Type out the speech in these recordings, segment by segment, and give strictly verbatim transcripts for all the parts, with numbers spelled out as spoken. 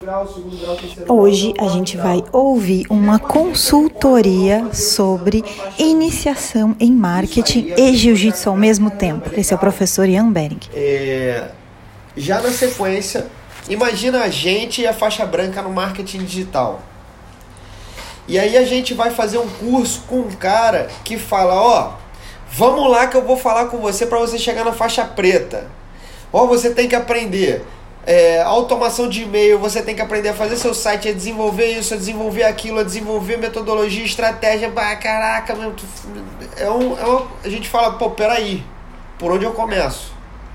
grau, segundo grau, terceiro grau. Hoje a gente vai ouvir uma consultoria sobre iniciação em marketing e jiu-jitsu ao mesmo tempo. Esse é o professor Ian Bering. É, já na sequência, imagina a gente e a faixa branca no marketing digital. E aí a gente vai fazer um curso com um cara que fala, ó, vamos lá que eu vou falar com você para você chegar na faixa preta. Ó, você tem que aprender é, automação de e-mail, você tem que aprender a fazer seu site, a desenvolver isso, a desenvolver aquilo, a desenvolver metodologia, estratégia. Bah, caraca, meu, é um, é um, a gente fala, pô, peraí, por onde eu começo?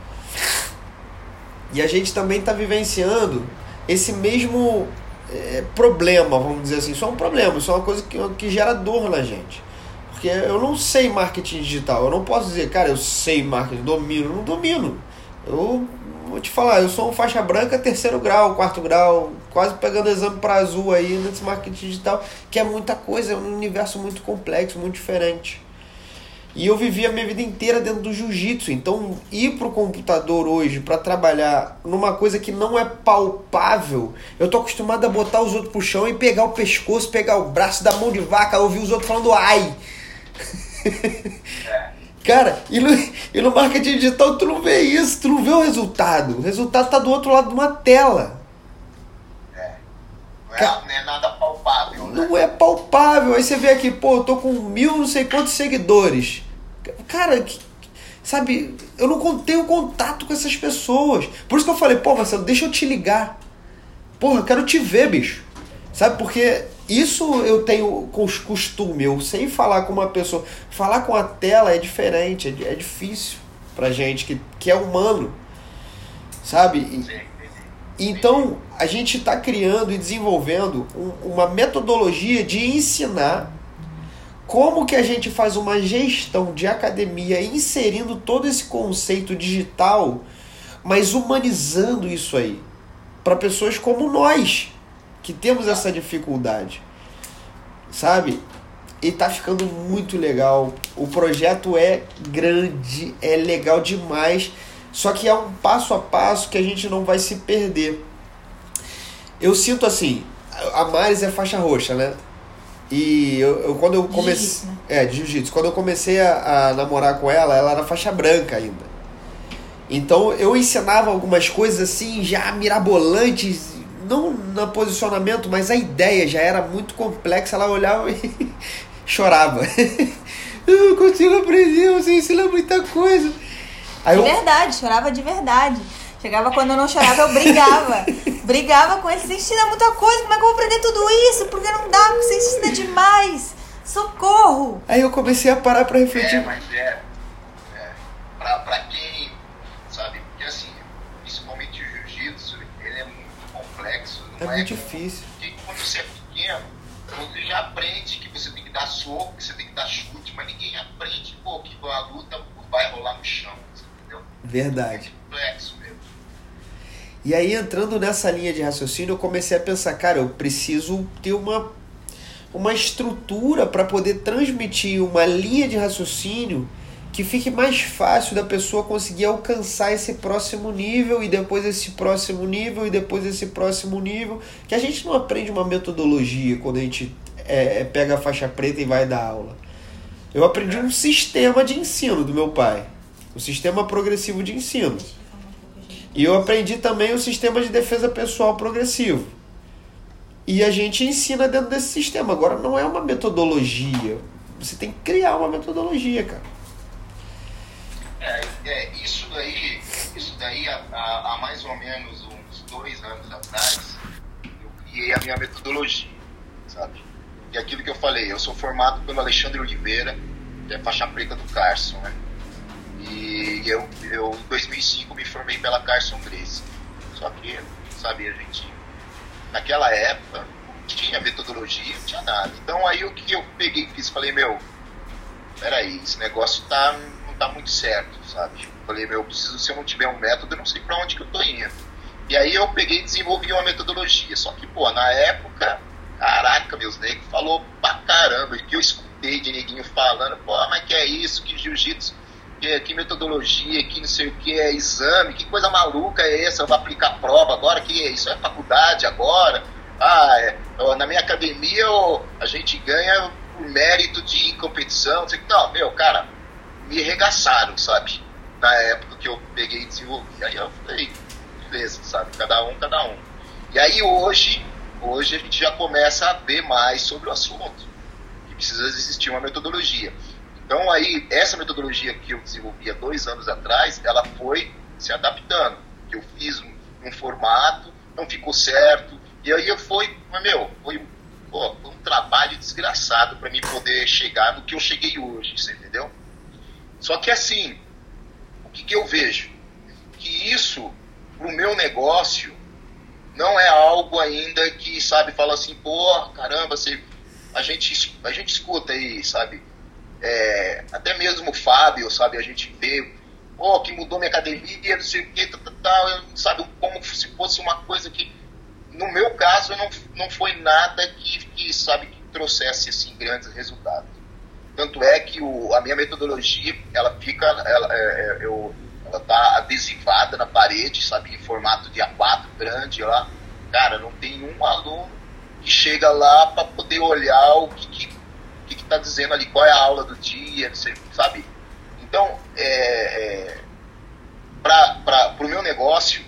E a gente também está vivenciando esse mesmo é, problema, vamos dizer assim. Isso é um problema, isso é uma coisa que, que gera dor na gente. Porque eu não sei marketing digital, eu não posso dizer, cara, eu sei marketing, domino, eu não domino. Eu vou te falar, eu sou um faixa branca terceiro grau, quarto grau, quase pegando exame para azul aí nesse marketing digital, que é muita coisa, é um universo muito complexo, muito diferente. E eu vivi a minha vida inteira dentro do jiu-jitsu, então ir pro computador hoje para trabalhar numa coisa que não é palpável, eu tô acostumado a botar os outros pro chão e pegar o pescoço, pegar o braço, dar mão de vaca, ouvir os outros falando ai. Cara, e no, e no marketing digital tu não vê isso, tu não vê o resultado. O resultado tá do outro lado de uma tela. É. Não é, Cara, não é nada palpável, né? Não é palpável. Aí você vê aqui, pô, eu tô com mil não sei quantos seguidores. Cara, que, sabe, eu não tenho contato com essas pessoas. Por isso que eu falei, pô, Marcelo, deixa eu te ligar. Porra, eu quero te ver, bicho. Sabe, porque isso eu tenho costume, eu sei falar com uma pessoa. Falar com a tela é diferente, é, é difícil pra gente que, que é humano, sabe? E, então, a gente está criando e desenvolvendo um, uma metodologia de ensinar como que a gente faz uma gestão de academia inserindo todo esse conceito digital, mas humanizando isso aí para pessoas como nós, que temos essa dificuldade, sabe? E tá ficando muito legal. O projeto é grande, é legal demais, só que é um passo a passo que a gente não vai se perder. Eu sinto assim, a Maris é faixa roxa, né? E eu, eu quando eu comecei... Né? É, de jiu-jitsu. Quando eu comecei a, a namorar com ela, ela era faixa branca ainda. Então eu ensinava algumas coisas assim, já mirabolantes, não no posicionamento, mas a ideia já era muito complexa. Ela olhava e chorava. Eu não consigo aprender, você ensina muita coisa. Aí de eu... verdade, chorava de verdade. Chegava quando eu não chorava, eu brigava. Brigava com ele, você ensina muita coisa, como é que eu vou aprender tudo isso? Porque não dá, porque você ensina demais. Socorro! Aí eu comecei a parar pra refletir. É, mas é, é pra, pra quem, sabe, porque assim, principalmente o jiu-jitsu, ele é muito complexo. Não é, é muito como, difícil. Porque quando você é pequeno, você já aprende que você tem que dar soco, que você tem que dar chute, mas ninguém aprende, pô, que a luta vai rolar no chão, entendeu? Verdade. É complexo mesmo. E aí, entrando nessa linha de raciocínio, eu comecei a pensar, cara, eu preciso ter uma, uma estrutura para poder transmitir uma linha de raciocínio que fique mais fácil da pessoa conseguir alcançar esse próximo nível, e depois esse próximo nível, e depois esse próximo nível, que a gente não aprende uma metodologia quando a gente é, pega a faixa preta e vai dar aula. Eu aprendi um sistema de ensino do meu pai, o sistema progressivo de ensino. E eu aprendi também o sistema de defesa pessoal progressivo. E a gente ensina dentro desse sistema. Agora não é uma metodologia. Você tem que criar uma metodologia, cara. É, é isso daí, isso daí há, há mais ou menos uns dois anos atrás, eu criei a minha metodologia, sabe? E aquilo que eu falei, eu sou formado pelo Alexandre Oliveira, que é faixa preta do Carson, né? E eu, eu em dois mil e cinco me formei pela Carson Gracie. Só que, sabe, a gente naquela época não tinha metodologia, não tinha nada. Então aí o que eu peguei e fiz, falei, meu, peraí, esse negócio tá, não tá muito certo, sabe? Falei, meu, eu preciso, se eu não tiver um método, eu não sei pra onde que eu tô indo. E aí eu peguei e desenvolvi uma metodologia. Só que, pô, na época, caraca, meus negros falou pra caramba. E que eu escutei de neguinho falando, pô, mas que é isso, que jiu-jitsu. que, que metodologia, que não sei o que, é exame, que coisa maluca é essa? Eu vou aplicar prova agora, que isso é faculdade agora? Ah, é, na minha academia eu, a gente ganha por mérito de ir em competição. Não, sei, não, meu, cara, me arregaçaram, sabe? Na época que eu peguei e desenvolvi. Aí eu falei, beleza, sabe? Cada um, cada um. E aí hoje, hoje a gente já começa a ver mais sobre o assunto. Que precisa existir uma metodologia. Então aí, essa metodologia que eu desenvolvi há dois anos atrás, ela foi se adaptando. Eu fiz um, um formato, não ficou certo. E aí eu fui, mas meu, foi, pô, foi um trabalho desgraçado para mim poder chegar no que eu cheguei hoje, você entendeu? Só que assim, o que, que eu vejo? Que isso, pro meu negócio, não é algo ainda que, sabe, fala assim, pô, caramba, você, a, gente, a gente escuta aí, sabe, é, até mesmo o Fábio, sabe, a gente vê, pô, que mudou minha academia, não sei o que, tal, tal, sabe, como se fosse uma coisa que, no meu caso, não, não foi nada que, que, sabe, que trouxesse, assim, grandes resultados. Tanto é que o, a minha metodologia, ela fica, ela, é, eu, ela tá adesivada na parede, sabe, em formato de A quatro grande lá. Cara, não tem um aluno que chega lá para poder olhar o que que, que que tá dizendo ali, qual é a aula do dia, não sei, sabe. Então, é, é, para o meu negócio,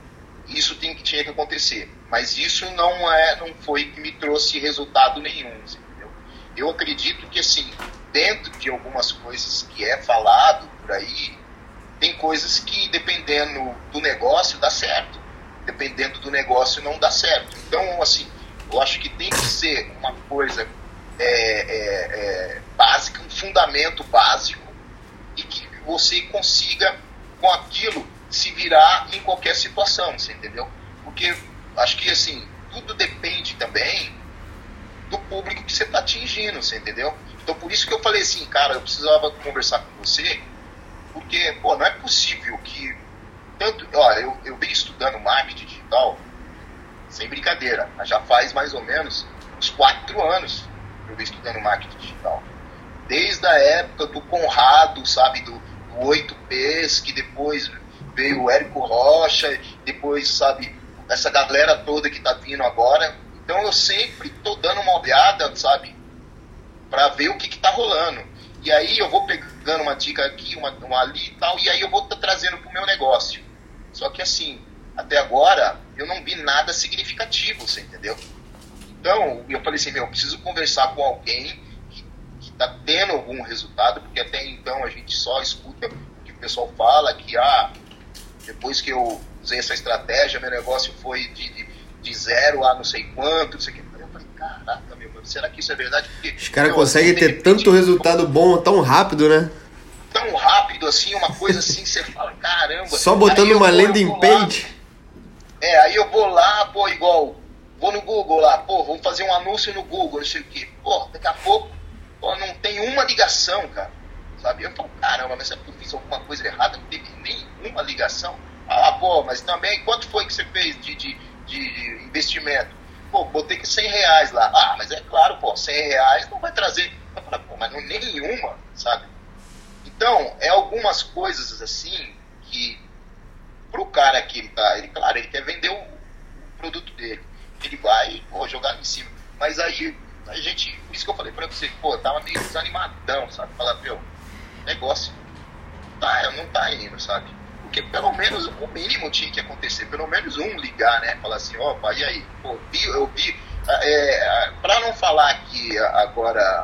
isso tem, tinha que acontecer. Mas isso não, é, não foi que me trouxe resultado nenhum, entendeu? Eu acredito que, assim, dentro de algumas coisas que é falado por aí, tem coisas que, dependendo do negócio, dá certo. Dependendo do negócio, não dá certo. Então, assim, eu acho que tem que ser uma coisa é, é, é, básica, um fundamento básico, e que você consiga, com aquilo, se virar em qualquer situação, você entendeu? Porque acho que, assim, tudo depende também do público que você está atingindo, você entendeu? Então, por isso que eu falei assim, cara, eu precisava conversar com você, porque, pô, não é possível que tanto... Ó, eu, eu venho estudando marketing digital, sem brincadeira, já faz mais ou menos uns quatro anos que eu venho estudando marketing digital. Desde a época do Conrado, sabe, do, do oito P's, que depois veio o Érico Rocha, depois, sabe, essa galera toda que tá vindo agora. Então eu sempre tô dando uma olhada, sabe, para ver o que que tá rolando. E aí eu vou pegando uma dica aqui, uma, uma ali e tal, e aí eu vou tá trazendo pro meu negócio. Só que assim, até agora eu não vi nada significativo, você entendeu? Então eu falei assim, meu, eu preciso conversar com alguém que, que tá tendo algum resultado, porque até então a gente só escuta o que o pessoal fala, que ah, depois que eu usei essa estratégia, meu negócio foi de, de, de zero a não sei quanto, não sei o que. Eu falei, caraca, meu, será que isso é verdade? Porque, os caras conseguem ter repente, tanto resultado bom tão rápido, né? Tão rápido assim, uma coisa assim, você fala, caramba. Só botando uma landing page. É, aí eu vou lá, pô, igual, vou no Google lá, pô, vou fazer um anúncio no Google, não sei o que. Pô, daqui a pouco, pô, não tem uma ligação, cara. Sabe? Eu falo, caramba, mas será que eu fiz alguma coisa errada? Não teve nenhuma ligação. Ah, pô, mas também, quanto foi que você fez de, de, de investimento? Pô, botei que cem reais lá. Ah, mas é claro, pô, cem reais não vai trazer. Eu falo, pô, mas não nenhuma, sabe? Então, é algumas coisas assim que pro cara que ele tá, ele, claro, ele quer vender o, o produto dele. Ele vai, pô, jogar em cima. Mas aí, a gente, por isso que eu falei pra você, pô, eu tava meio desanimadão, sabe? Falar, meu, negócio tá, não tá indo, sabe? Porque pelo menos o mínimo tinha que acontecer, pelo menos um ligar, né? Falar assim, opa, e aí? Pô, vi, eu vi. É, pra não falar que agora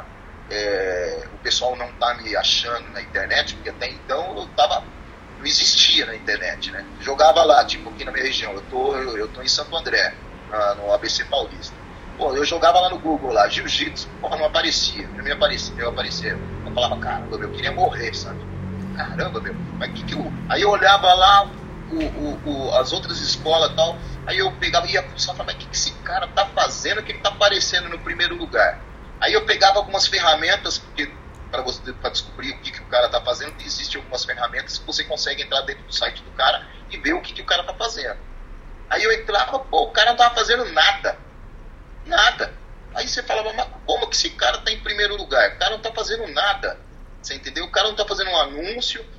é, o pessoal não tá me achando na internet, porque até então eu tava. Não existia na internet, né? Jogava lá, tipo, aqui na minha região, eu tô, eu, eu tô em Santo André, no A B C Paulista. Pô, eu jogava lá no Google, lá, jiu-jitsu, porra, não aparecia, não me aparecia, eu aparecia. Eu falava, caramba, eu queria morrer, sabe? Caramba, meu, mas que que eu... Aí eu olhava lá o, o, o, as outras escolas e tal, aí eu pegava e ia pulsar e falava, mas o que, que esse cara tá fazendo que ele tá aparecendo no primeiro lugar? Aí eu pegava algumas ferramentas, porque para você pra descobrir o que, que o cara tá fazendo, existem algumas ferramentas que você consegue entrar dentro do site do cara e ver o que, que o cara tá fazendo. Aí eu entrava, pô, o cara não tava fazendo nada. Nada. Aí você falava, mas como que esse cara tá em primeiro lugar? O cara não tá fazendo nada. Você entendeu? O cara não tá fazendo um anúncio,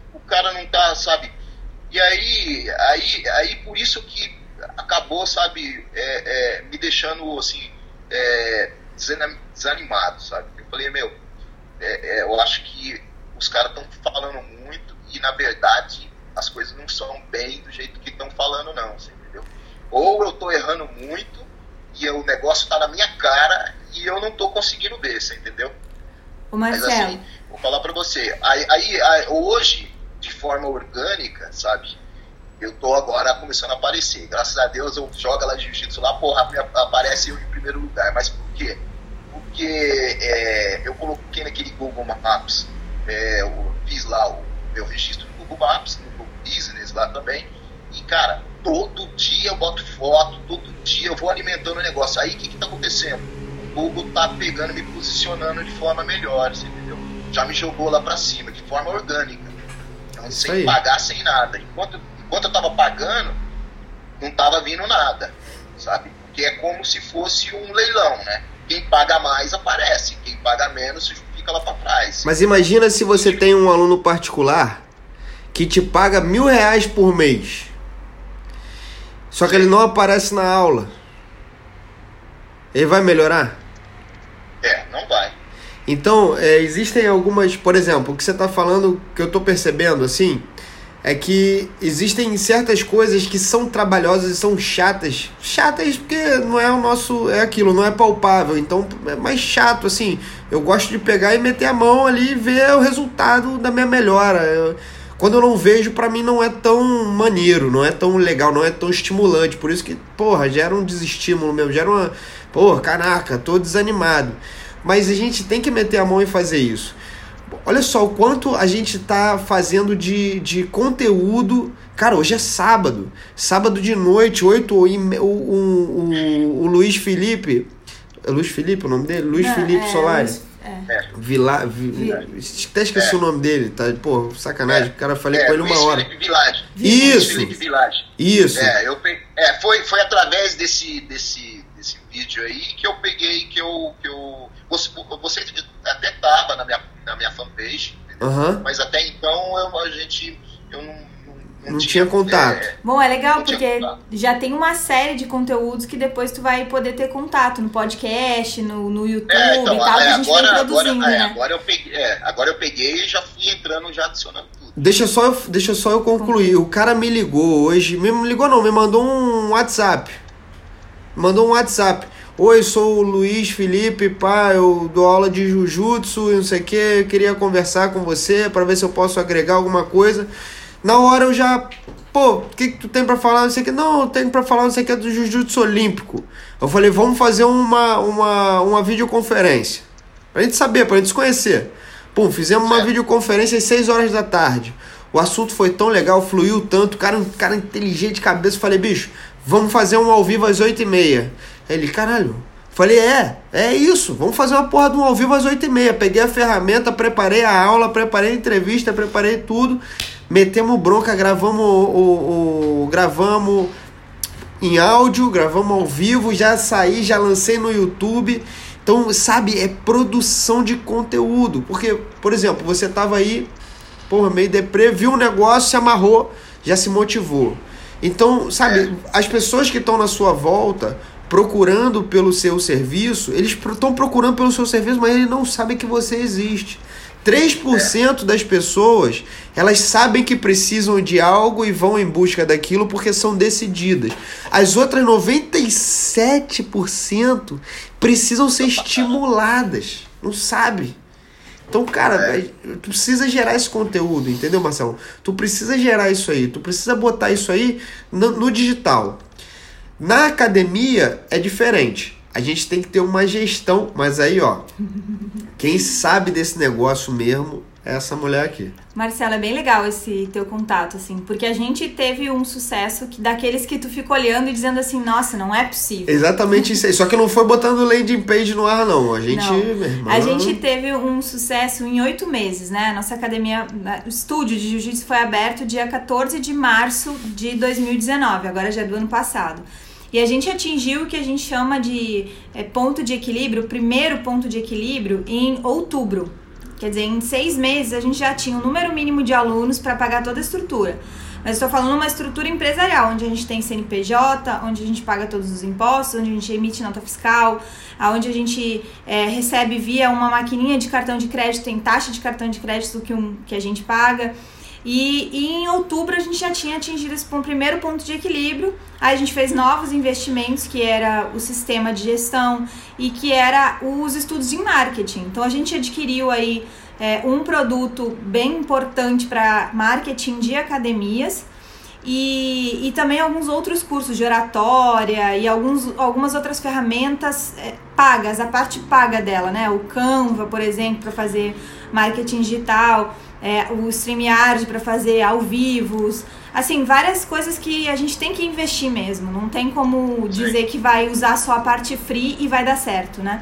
o cara não tá, sabe? E aí, aí, aí por isso que acabou, sabe, é, é, me deixando, assim, é, desanimado, sabe? Eu falei, meu, é, é, eu acho que os caras estão falando muito e, na verdade, as coisas não são bem do jeito que estão falando, não, você entendeu? Ou eu tô errando muito e o negócio tá na minha cara e eu não tô conseguindo ver, você entendeu? Ô Marcelo. Mas assim, vou falar pra você, aí, aí, aí hoje, de forma orgânica, sabe, eu tô agora começando a aparecer. Graças a Deus eu jogo lá de jiu-jitsu lá, porra, aparece eu em primeiro lugar. Mas por quê? Porque é, eu coloquei naquele Google Maps, é, eu fiz lá o meu registro no Google Maps, no Google Business lá também. E cara, todo dia eu boto foto, todo dia eu vou alimentando o negócio. Aí o que que tá acontecendo? O Google tá pegando, me posicionando de forma melhor, você entendeu? Já me jogou lá pra cima, de forma orgânica. Então, sem aí. pagar, sem nada. Enquanto Enquanto eu tava pagando, não tava vindo nada, sabe? Porque é como se fosse um leilão, né? Quem paga mais aparece, quem paga menos fica lá pra trás. Mas imagina se você tem um aluno particular que te paga mil reais por mês. Só que ele não aparece na aula. Ele vai melhorar? É, não vai. Então, é, existem algumas... Por exemplo, o que você está falando, que eu estou percebendo, assim... É que existem certas coisas que são trabalhosas e são chatas. Chatas porque não é o nosso... É aquilo, não é palpável. Então é mais chato, assim. Eu gosto de pegar e meter a mão ali e ver o resultado da minha melhora. Eu, quando eu não vejo, pra mim não é tão maneiro, não é tão legal, não é tão estimulante. Por isso que, porra, gera um desestímulo mesmo. Gera uma... Porra, caraca, tô desanimado. Mas a gente tem que meter a mão e fazer isso. Olha só o quanto a gente tá fazendo de, de conteúdo. Cara, hoje é sábado. Sábado de noite, oito e o, o, o, o Luiz Felipe. É Luiz Felipe o nome dele? Luiz Não, Felipe é, Soares. Luiz, é. Vila, vi, até esqueci é. o nome dele, tá? Pô, sacanagem. É. O cara falei é, com ele uma Luiz hora. Felipe Village. Isso. Luiz Felipe Village. Isso. É, eu peguei, é, foi, foi através desse, desse, desse vídeo aí que eu peguei, que eu. Que eu você, você até tava na minha, na minha fanpage. Uhum. Mas até então eu, a gente eu não, não, não, não tinha, tinha contato. É, Bom, é legal não tinha porque contato. já tem uma série de conteúdos que depois tu vai poder ter contato no podcast, no, no YouTube É, então, e tal, é, que a gente agora, vem agora, produzindo, é, né? agora, eu peguei, é, agora eu peguei e já fui entrando, já adicionando tudo. Deixa só, eu, deixa só eu concluir. O cara me ligou hoje. Me ligou não, me mandou um WhatsApp. Mandou um WhatsApp. Oi, sou o Luiz Felipe, pá, eu dou aula de Jiu-Jitsu e não sei o que, eu queria conversar com você para ver se eu posso agregar alguma coisa. Na hora eu já, pô, o que, que tu tem para falar, não sei o que, não, eu tenho para falar, não sei o que, do Jiu-Jitsu Olímpico. Eu falei, vamos fazer uma, uma, uma videoconferência, pra gente saber, pra gente se conhecer. Pum, fizemos uma videoconferência às seis horas da tarde. O assunto foi tão legal, fluiu tanto, cara, um cara inteligente de cabeça, falei, bicho, vamos fazer um ao vivo às oito e meia. Ele, caralho, falei, é, é isso, vamos fazer uma porra de um ao vivo às oito e meia. Peguei a ferramenta, preparei a aula, preparei a entrevista, preparei tudo, metemos bronca, gravamos, o, o, o, gravamos em áudio, gravamos ao vivo, já saí, já lancei no YouTube. Então, sabe, é produção de conteúdo, porque, por exemplo, você tava aí, porra, meio deprê, viu um negócio, se amarrou, já se motivou. Então, sabe, as pessoas que estão na sua volta procurando pelo seu serviço, eles estão procurando pelo seu serviço, mas eles não sabem que você existe. três por cento das pessoas, elas sabem que precisam de algo e vão em busca daquilo porque são decididas. As outras noventa e sete por cento precisam ser estimuladas, não sabe. Então, cara, tu precisa gerar esse conteúdo, entendeu, Marcelo? Tu precisa gerar isso aí, tu precisa botar isso aí no, no digital. Na academia é diferente. A gente tem que ter uma gestão, mas aí, ó, quem sabe desse negócio mesmo é essa mulher aqui. Marcelo, é bem legal esse teu contato, assim, porque a gente teve um sucesso que, daqueles que tu fica olhando e dizendo assim, nossa, não é possível. Exatamente isso aí. Só que não foi botando landing page no ar, não. A gente, não. Meu irmão... A gente teve um sucesso em oito meses, né? Nossa academia, o estúdio de jiu-jitsu foi aberto dia quatorze de março de dois mil e dezenove, agora já é do ano passado. E a gente atingiu o que a gente chama de é, ponto de equilíbrio, o primeiro ponto de equilíbrio, em outubro. Quer dizer, em seis meses a gente já tinha um número mínimo de alunos para pagar toda a estrutura. Mas estou falando uma estrutura empresarial, onde a gente tem C N P J, onde a gente paga todos os impostos, onde a gente emite nota fiscal, onde a gente é, recebe via uma maquininha de cartão de crédito, tem taxa de cartão de crédito que, um, que a gente paga. E, e em outubro a gente já tinha atingido esse um primeiro ponto de equilíbrio. Aí a gente fez novos investimentos, que era o sistema de gestão e que era os estudos em marketing. Então a gente adquiriu aí é, um produto bem importante para marketing de academias e, e também alguns outros cursos de oratória e alguns, algumas outras ferramentas é, pagas, a parte paga dela, né? O Canva, por exemplo, para fazer marketing digital. É, o StreamYard para fazer ao vivo, assim, várias coisas que a gente tem que investir mesmo, não tem como dizer que vai usar só a parte free e vai dar certo, né?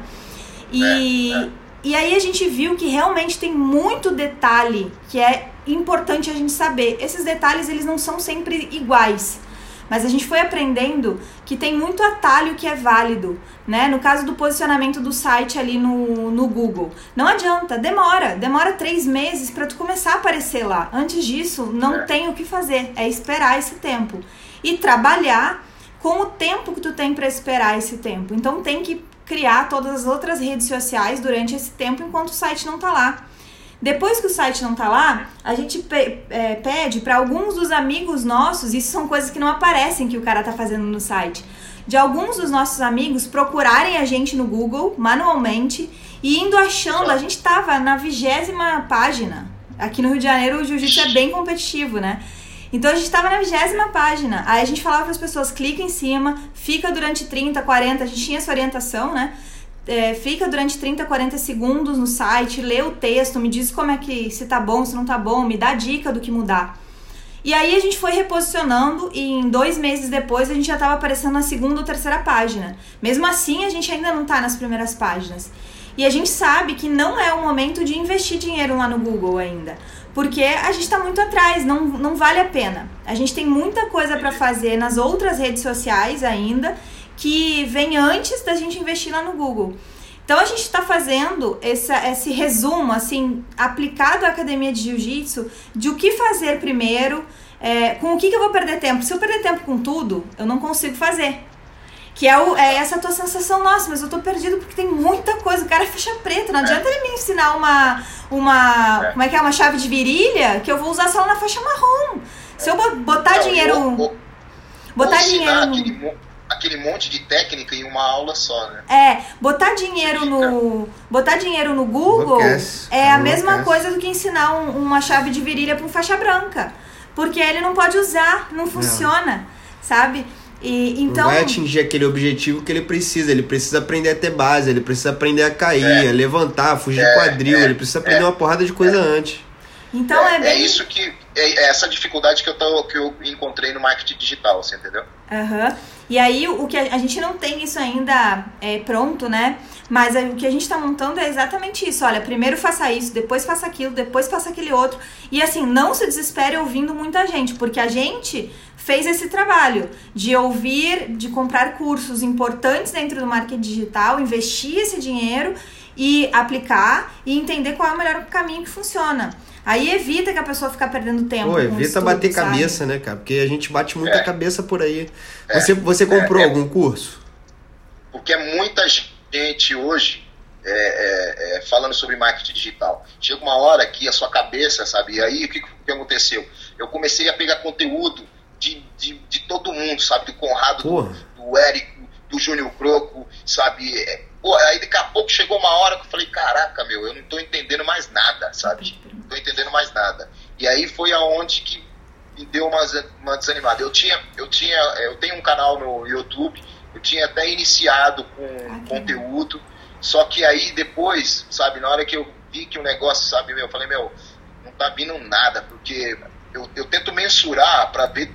E, é, é. e aí a gente viu que realmente tem muito detalhe que é importante a gente saber. Esses detalhes, eles não são sempre iguais, mas a gente foi aprendendo que tem muito atalho que é válido, né? No caso do posicionamento do site ali no, no Google. Não adianta, demora. Demora três meses para tu começar a aparecer lá. Antes disso, não é. tem o que fazer. É esperar esse tempo. E trabalhar com o tempo que tu tem para esperar esse tempo. Então, tem que criar todas as outras redes sociais durante esse tempo enquanto o site não tá lá. Depois que o site não tá lá, a gente pe- é, pede para alguns dos amigos nossos, isso são coisas que não aparecem que o cara tá fazendo no site, de alguns dos nossos amigos procurarem a gente no Google manualmente e indo achando, a gente tava na vigésima página. Aqui no Rio de Janeiro o jiu-jitsu é bem competitivo, né? Então a gente tava na vigésima página, aí a gente falava para as pessoas, clica em cima, fica durante trinta, quarenta, a gente tinha essa orientação, né? É, fica durante trinta, quarenta segundos no site, lê o texto, me diz como é que, se tá bom, se não tá bom, me dá dica do que mudar. E aí a gente foi reposicionando e em dois meses depois a gente já tava aparecendo na segunda ou terceira página. Mesmo assim, a gente ainda não tá nas primeiras páginas. E a gente sabe que não é o momento de investir dinheiro lá no Google ainda, porque a gente tá muito atrás, não, não vale a pena. A gente tem muita coisa para fazer nas outras redes sociais ainda, que vem antes da gente investir lá no Google. Então a gente está fazendo esse, esse resumo assim, aplicado à academia de jiu-jitsu, de o que fazer primeiro, é, com o que, que eu vou perder tempo. Se eu perder tempo com tudo, eu não consigo fazer. Que é, o, é essa tua sensação, nossa, mas eu tô perdido porque tem muita coisa, o cara é faixa preta, não adianta ele me ensinar uma, uma, como é que é, uma chave de virilha, que eu vou usar só na faixa marrom. Se eu botar dinheiro... Botar dinheiro... Aquele monte de técnica em uma aula só, né? É, botar dinheiro no botar dinheiro no Google é a mesma coisa do que ensinar um, uma chave de virilha para um faixa branca, porque ele não pode usar, não funciona, sabe? E, então não vai atingir aquele objetivo que ele precisa. Ele precisa aprender a ter base, ele precisa aprender a cair, é. a levantar, fugir é, quadril, é, ele precisa aprender é, uma porrada de coisa é. antes. Então é, é, bem... é isso que é essa dificuldade que eu, tô, que eu encontrei no marketing digital, você entendeu? Aham. Uhum. E aí o que a, a gente não tem isso ainda é, pronto, né? Mas a, o que a gente tá montando é exatamente isso. Olha, primeiro faça isso, depois faça aquilo, depois faça aquele outro. E assim, não se desespere ouvindo muita gente, porque a gente fez esse trabalho de ouvir, de comprar cursos importantes dentro do marketing digital, investir esse dinheiro e aplicar e entender qual é o melhor caminho que funciona. Aí evita que a pessoa fique perdendo tempo. Pô, evita estudo, bater sabe? cabeça, né, cara? Porque a gente bate muita é. cabeça por aí. É. Você, você comprou é. algum curso? Porque é muita gente hoje é, é, é, falando sobre marketing digital. Chega uma hora que a sua cabeça, sabe? E aí o que, que aconteceu? Eu comecei a pegar conteúdo de, de, de todo mundo, sabe? Do Conrado, do, do Érico, do Júnior Croco, sabe? É, pô, aí daqui a pouco chegou uma hora que eu falei, caraca, meu, eu não tô entendendo mais nada, sabe? Não tô entendendo mais nada. E aí foi aonde que me deu uma, uma desanimada. Eu tinha, eu tinha, eu tenho um canal no YouTube, eu tinha até iniciado com okay. conteúdo, só que aí depois, sabe, na hora que eu vi que o negócio, sabe, meu, eu falei, meu, não tá vindo nada, porque eu, eu tento mensurar pra ver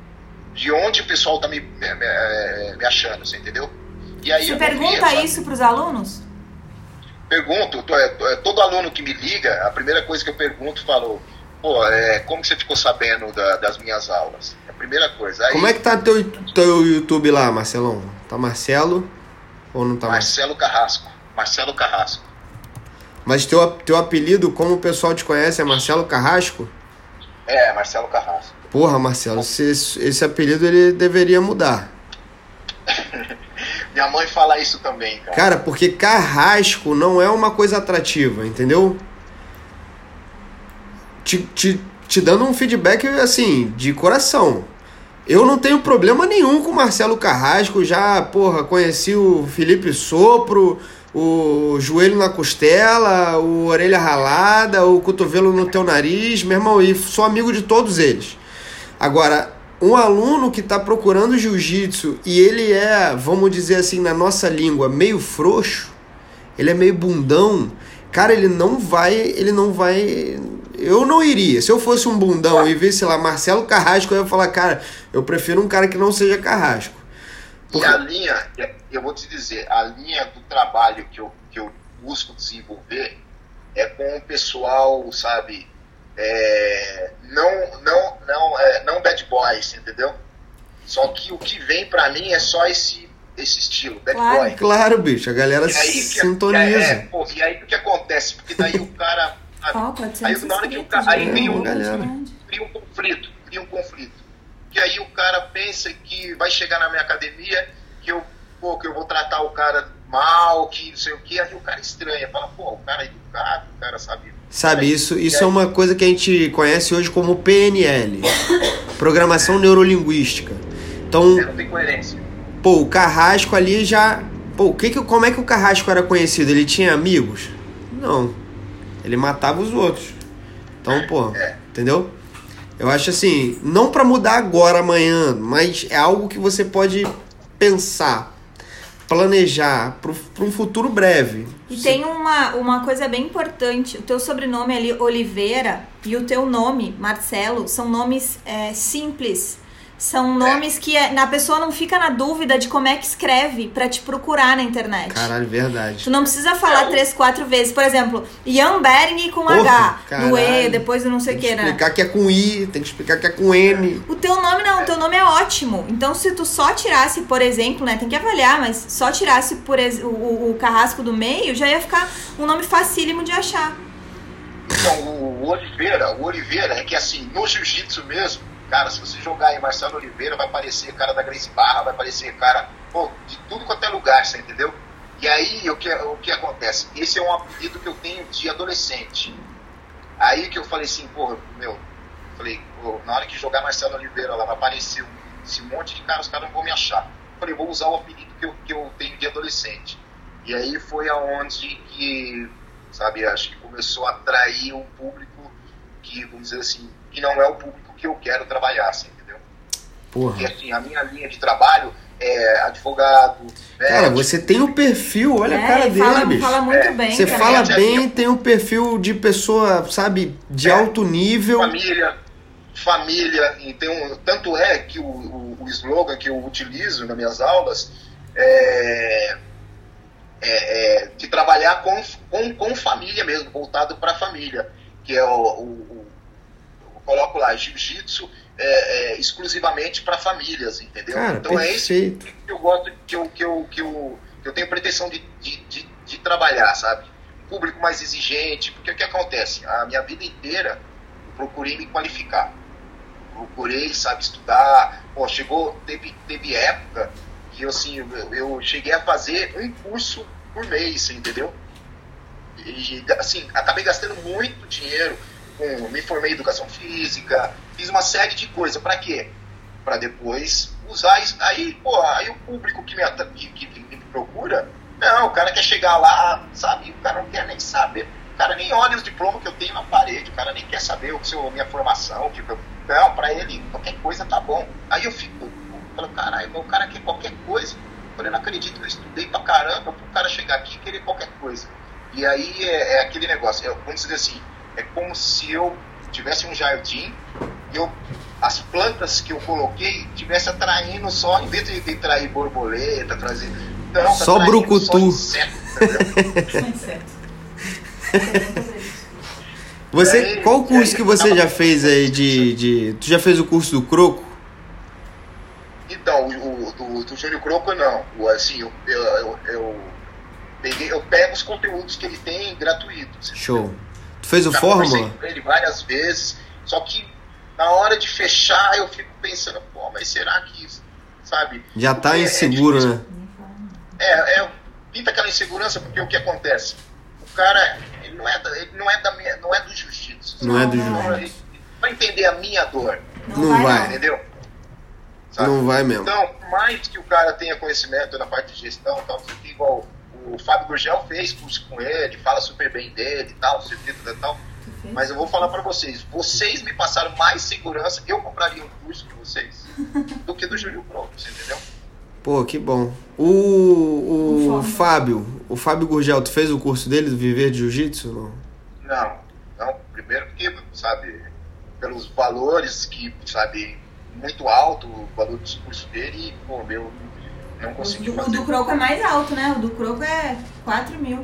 de onde o pessoal tá me, me, me, me achando, você entendeu? E aí você pergunta via, isso para os alunos? Pergunto, todo aluno que me liga, a primeira coisa que eu pergunto, falo, pô, é, como que você ficou sabendo da, das minhas aulas? É a primeira coisa. Aí, como é que tá teu, teu YouTube lá, Marcelão? Tá Marcelo ou não tá Marcelo Carrasco. Marcelo Carrasco. Mas teu, teu apelido, como o pessoal te conhece, é Marcelo Carrasco? É, Marcelo Carrasco. Porra, Marcelo, esse, esse apelido ele deveria mudar. Minha mãe fala isso também, cara. Cara, porque Carrasco não é uma coisa atrativa, entendeu? Te, te, te dando um feedback, assim, de coração. Eu não tenho problema nenhum com o Marcelo Carrasco. Já, porra, conheci o Felipe Sopro, o joelho na costela, o orelha ralada, o cotovelo no teu nariz, meu irmão, e sou amigo de todos eles. Agora, um aluno que está procurando jiu-jitsu e ele é, vamos dizer assim, na nossa língua, meio frouxo, ele é meio bundão, cara, ele não vai, ele não vai... Eu não iria. Se eu fosse um bundão e visse lá Marcelo Carrasco, eu ia falar, cara, eu prefiro um cara que não seja Carrasco. Porque... E a linha, eu vou te dizer, a linha do trabalho que eu, que eu busco desenvolver é com o pessoal, sabe, é, não, não, não, é, não bad boys, entendeu? Só que o que vem pra mim é só esse, esse estilo, bad Claro. boy. Claro, bicho, a galera E aí, que- sintoniza. É, é, pô, e aí o que acontece? Porque daí o cara... sabe, Ó, quatrocentos aí na hora que o inscritos, cara... Aí já. cria um, galera. cria um conflito, cria um conflito. Que aí o cara pensa que vai chegar na minha academia, que eu, pô, que eu vou tratar o cara mal, que não sei o que, aí o cara estranha, fala, pô, o cara é educado, o cara sabe... Sabe, isso, isso E aí- é uma coisa que a gente conhece hoje como P N L, Programação Neurolinguística. Então, É, não tem coerência. pô, o Carrasco ali já... Pô, o que que, como é que o Carrasco era conhecido? Ele tinha amigos? Não. Ele matava os outros. Então, pô, É. entendeu? Eu acho assim, não pra mudar agora, amanhã, mas é algo que você pode pensar, planejar para um futuro breve. E tem uma, uma coisa bem importante. O teu sobrenome ali, Oliveira, e o teu nome, Marcelo, são nomes é, simples. São nomes que é, a pessoa não fica na dúvida de como é que escreve pra te procurar na internet. Caralho, verdade. Tu não precisa falar três, quatro vezes. Por exemplo, Ian Bering com Porra, H, do E, caralho. depois do não sei Tem o que que, né? explicar que é com I, tem que explicar que é com N. O teu nome não, o teu nome é ótimo. Então, se tu só tirasse, por exemplo, né? Tem que avaliar, mas só tirasse por ex- o, o, o Carrasco do meio, já ia ficar um nome facílimo de achar. Então, o, o Oliveira, o Oliveira é que assim, no jiu-jitsu mesmo, cara, se você jogar aí Marcelo Oliveira, vai aparecer cara da Gracie Barra, vai aparecer cara, pô, de tudo quanto é lugar, você entendeu? E aí, o que, o que acontece? Esse é um apelido que eu tenho de adolescente. Aí que eu falei assim, pô, meu, falei, pô, na hora que jogar Marcelo Oliveira lá, vai aparecer um, esse monte de cara, os caras não vão me achar. Falei, vou usar o apelido que eu, que eu tenho de adolescente. E aí foi aonde que, sabe, acho que começou a atrair um público que, vamos dizer assim, que não é o público que eu quero trabalhar, assim, entendeu? Porra. Porque assim, a minha linha de trabalho é advogado, né? Cara, você tem o perfil, olha É, a cara e dele, fala, bicho. fala muito É. bem. Você cara. fala já bem, viu? tem um perfil de pessoa, sabe, de É. alto nível. Família, família, e tem um, tanto é que o, o, o slogan que eu utilizo nas minhas aulas é, é, é de trabalhar com, com, com família mesmo, voltado para a família, que é o, o, o eu coloco lá, jiu-jitsu é, é, exclusivamente para famílias, entendeu? Cara, então é isso perfeito. que eu gosto, que eu, que eu, que eu, que eu tenho pretensão de, de, de, de trabalhar, sabe? Um público mais exigente, porque o que acontece? A minha vida inteira eu procurei me qualificar. Procurei, sabe, estudar. Pô, chegou, teve, teve época que eu, assim, eu, eu cheguei a fazer um curso por mês, entendeu? E, assim, acabei gastando muito dinheiro. Com, me formei em educação física, fiz uma série de coisas. Pra quê? Pra depois usar isso. Aí, pô, aí o público que me, atra- que, que, que me procura, não, o cara quer chegar lá, sabe? O cara não quer nem saber. O cara nem olha os diplomas que eu tenho na parede, o cara nem quer saber o seu, minha formação. Tipo, não, pra ele qualquer coisa tá bom. Aí eu fico, eu falo, caralho, o cara quer qualquer coisa. Eu falei, não acredito que eu estudei pra caramba pro cara chegar aqui e querer qualquer coisa. E aí é, é aquele negócio, é, vamos dizer assim, é como se eu tivesse um jardim e eu, as plantas que eu coloquei tivesse atraindo só, em vez de, de atrair borboleta, trazer. Não, tá Só atraindo brucutu. Só inseto, entendeu? Você, Aí- qual curso aí que você tava- já fez aí de, de... Tu já fez o curso do Croco? Então, o, o do, do Júlio Croco não. O, assim, eu, eu, eu, peguei, eu pego os conteúdos que ele tem gratuitos. Show. Tu fez o Já Fórmula? conversei com ele várias vezes, só que na hora de fechar eu fico pensando, pô, mas será que isso, sabe? Já tá Porque inseguro, é né? É, é, pinta aquela insegurança, porque o que acontece? O cara, ele não é, da, ele não é, da minha, não é do jiu-jitsu. Não é do jiu-jitsu. Ele vai entender a minha dor. Não, Não vai, vai. não. Entendeu? Sabe? Não vai mesmo. Então, por mais que o cara tenha conhecimento na parte de gestão, tal, não sei o que, igual o Fábio Gurgel fez curso com ele, fala super bem dele e tal, não sei o que, tal, tal. Mas eu vou falar pra vocês, vocês me passaram mais segurança, eu compraria um curso de vocês do que do Júlio Pro, você entendeu? Pô, que bom. O, o O Fábio, o Fábio Gurgel, tu fez o curso dele do Viver de Jiu-Jitsu? Não? Não, não, primeiro porque, sabe, pelos valores que, sabe, muito alto o valor do curso dele e, pô, meu, não consegui O, o fazer. do Croco é mais alto, né? O do Croco é quatro mil.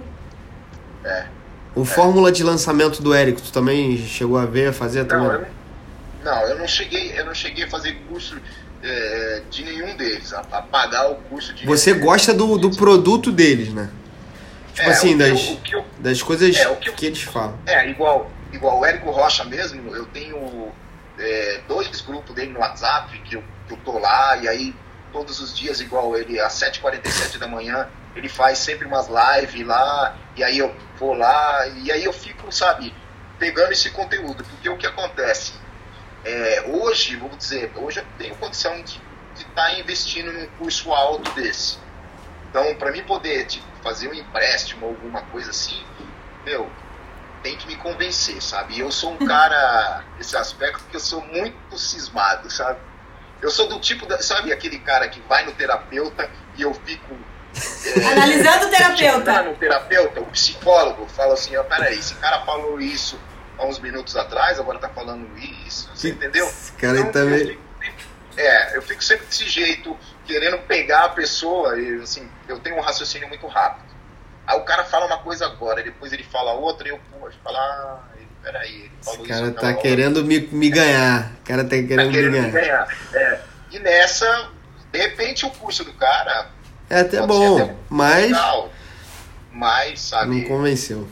É. O Fórmula de lançamento do Érico, tu também chegou a ver, a fazer também? Não, eu não, não, eu não cheguei, eu não cheguei a fazer curso é, de nenhum deles, a, a pagar o curso de Você nenhum gosta deles. do, do produto deles, né? Tipo É, assim, o que eu- das, o que eu- das coisas é, o que eu- que eles falam. É, igual, igual o Érico Rocha mesmo, eu tenho é, dois grupos dele no WhatsApp, que eu, que eu tô lá, e aí todos os dias, igual ele, às sete e quarenta e sete da manhã, ele faz sempre umas lives lá, e aí eu vou lá, e aí eu fico, sabe, pegando esse conteúdo, porque o que acontece? É, hoje, vamos dizer, hoje eu tenho condição de estar investindo num curso alto desse. Então, para mim poder tipo, fazer um empréstimo ou alguma coisa assim, meu, tem que me convencer, sabe? E eu sou um cara, nesse aspecto, que eu sou muito cismado, sabe? Eu sou do tipo, da, sabe aquele cara que vai no terapeuta e eu fico... É, Analisando o terapeuta. No terapeuta, o psicólogo fala assim, ó, peraí, esse cara falou isso há uns minutos atrás, agora tá falando isso, você entendeu? Esse cara aí Então, também... eu fico, é, eu fico sempre desse jeito, querendo pegar a pessoa, e assim, eu tenho um raciocínio muito rápido. Aí o cara fala uma coisa agora, depois ele fala outra, e eu, poxa, falar, ah, ele, peraí, ele falou Esse isso. cara aquela tá hora. querendo me, me ganhar. O cara tá querendo, Tá querendo me me ganhar. ganhar. É. E nessa, de repente o curso do cara É até pode bom, ser até mas legal, mas, sabe, não convenceu.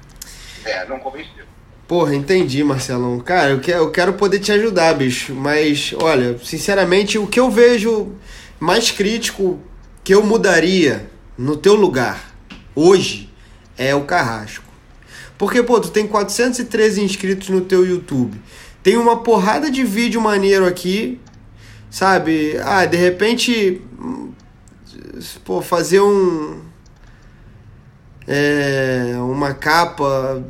é, não convenceu. Porra, entendi, Marcelão. Cara, eu quero, eu quero poder te ajudar, bicho. Mas, olha, sinceramente, o que eu vejo mais crítico que eu mudaria no teu lugar hoje é o Carrasco. Porque, pô, tu tem quatrocentos e treze inscritos no teu YouTube. Tem uma porrada de vídeo maneiro aqui, sabe? Ah, de repente, pô, fazer um... É, uma capa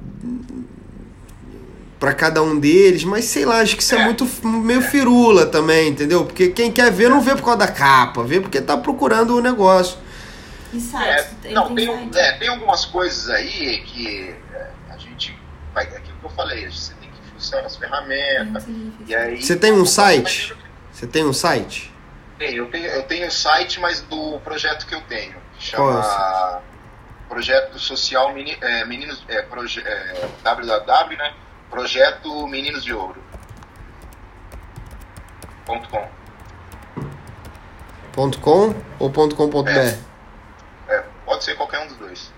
pra cada um deles, mas sei lá, acho que isso é, É. muito meio firula também, entendeu? Porque quem quer ver não vê por causa da capa, vê porque tá procurando o negócio. E É, site? Ele não, tem, site? é, tem algumas coisas aí que é, a gente vai, é aquilo que eu falei, você tem que funcionar as ferramentas, e aí... Você tem um site? Você tem um site? Tem, eu tenho, eu tenho um site, mas do projeto que eu tenho, que Qual é chama Projeto Social Meni, é, Meninos, é, proje, é, www, né? Projeto Meninos de Ouro. Ponto .com. Ponto .com ou ponto .com ponto br? É. É, pode ser qualquer um dos dois.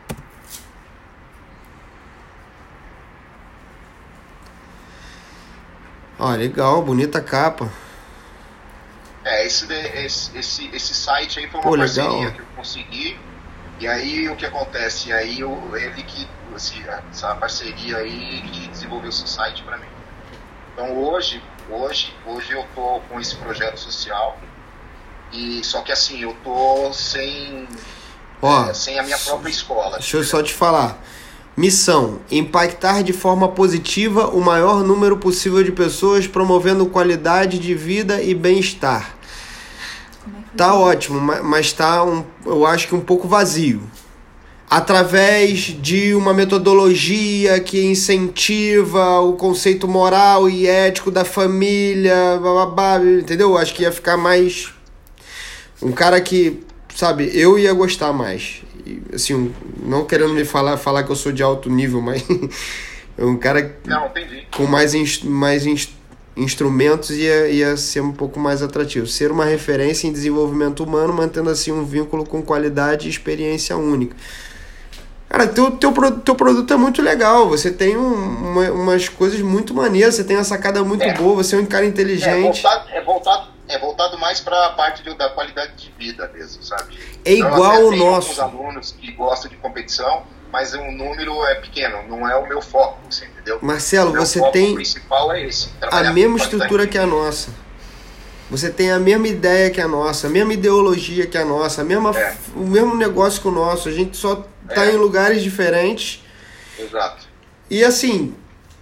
Ó, legal, bonita capa. É, esse, de- esse, esse, esse site aí foi uma Pô, parceria legal. que eu consegui. E aí o que acontece? Aí eu, ele que, assim, essa parceria aí que desenvolveu esse site para mim. Então hoje, hoje, hoje eu tô com esse projeto social. E só que assim, eu tô sem, Ó, é, sem a minha própria escola. deixa eu só te falar. Missão: impactar de forma positiva o maior número possível de pessoas, promovendo qualidade de vida e bem-estar. Como é que Tá foi? ótimo, ma- mas tá, um, eu acho que um pouco vazio. Através de uma metodologia que incentiva o conceito moral e ético da família, bababá, entendeu? Acho que ia ficar mais... Um cara que, sabe, eu ia gostar mais. E, assim, um- não querendo me falar, falar que eu sou de alto nível, mas é um cara Não, entendi. com mais, ins- mais ins- instrumentos ia, ia ser um pouco mais atrativo. Ser uma referência em desenvolvimento humano, mantendo assim um vínculo com qualidade e experiência única. Cara, teu, teu, pro- teu produto é muito legal. Você tem um- uma- umas coisas muito maneiras. Você tem uma sacada muito É. boa. Você é um cara É inteligente. voltado, é voltado, é voltado mais para a parte de- da qualidade de vida mesmo, sabe? É Então, igual até o tem nosso. alguns alunos que gostam de competição, mas o número é pequeno, não é o meu foco, você entendeu? Marcelo, o meu você foco tem principal é esse. a trabalhar com mesma qualidade estrutura de que a vida. nossa. Você tem a mesma ideia que a nossa, a mesma ideologia que a nossa, a mesma, É. o mesmo negócio que o nosso. A gente só tá É. em lugares diferentes. Exato. E assim,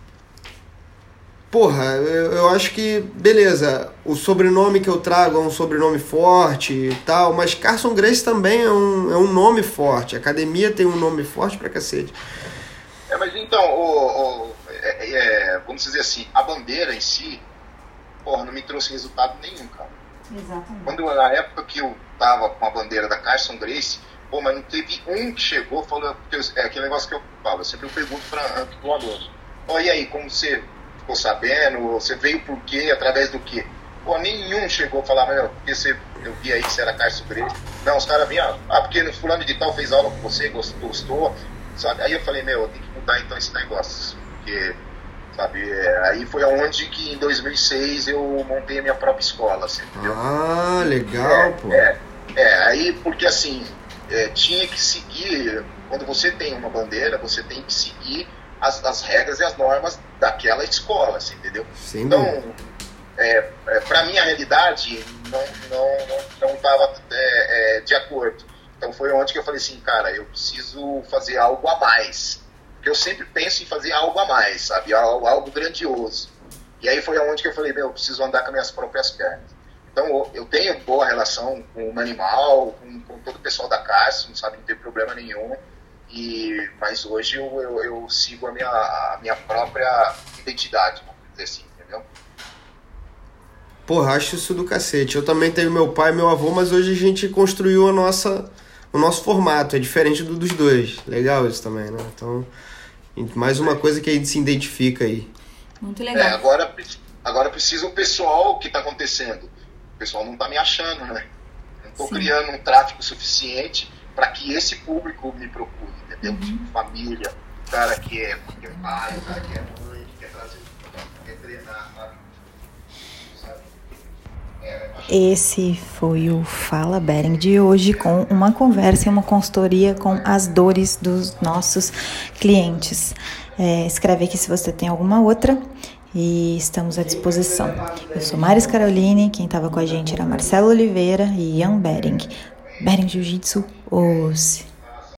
porra, eu, eu acho que, beleza, o sobrenome que eu trago é um sobrenome forte e tal, mas Carson Gracie também é um, é um nome forte. A academia tem um nome forte pra cacete. É, mas então, o, o- é- é, vamos dizer assim, a bandeira em si, porra, não me trouxe resultado nenhum, cara. Exatamente. Quando, na época que eu tava com a bandeira da Carson Gracie, pô, mas não teve um que chegou falando, porque eu- é aquele negócio que eu falo, eu sempre pergunto para o aluno, ó, e aí, como você ficou sabendo, você veio por quê, através do quê? Pô, nenhum chegou a falar, meu, porque você, eu vi aí que você era Carson Gracie. Não, os caras vinham, ah, porque no fulano de tal fez aula com você, gostou, gostou, sabe? Aí eu falei, meu, tem que mudar então esse negócio, porque, sabe, é, aí foi aonde que em dois mil e seis eu montei a minha própria escola, assim, entendeu? Ah, legal, pô. É, é, aí porque assim, é, tinha que seguir, quando você tem uma bandeira, você tem que seguir as, as regras e as normas daquela escola, assim, entendeu? Sem Então, dúvida. é, é, para mim a realidade não não não não estava é, é, de acordo. Então foi onde que eu falei assim, cara, eu preciso fazer algo a mais, porque eu sempre penso em fazer algo a mais, sabe, algo, algo grandioso. E aí foi onde que eu falei, meu, eu preciso andar com as minhas próprias pernas. Então eu- eu tenho boa relação com o animal, com, com todo o pessoal da Carson, não sabe, não tem problema nenhum. E, mas hoje eu, eu, eu sigo a minha, a minha própria identidade, vamos dizer assim, entendeu? Porra, acho isso do cacete. Eu também tenho meu pai e meu avô, mas hoje a gente construiu a nossa, o nosso formato. É diferente do dos dois. Legal isso também, né? Então, mais uma coisa que a gente se identifica aí. Muito É, legal. agora, pre- agora precisa o pessoal, o que está acontecendo? O pessoal não está me achando, né? Não estou Sim. criando um tráfego suficiente para que esse público me procure, entendeu? Tipo, família, o cara que é, que é pai, o cara que é mãe, que quer trazer, quer treinar, sabe? Sabe? É, eu acho Esse foi o Fala Bering de hoje, com uma conversa e uma consultoria com as dores dos nossos clientes. É, escreve aqui se você tem alguma outra e estamos à disposição. Eu sou Maris Caroline, quem estava com a gente era Marcelo Oliveira e Ian Bering. Bering Jiu-Jitsu, os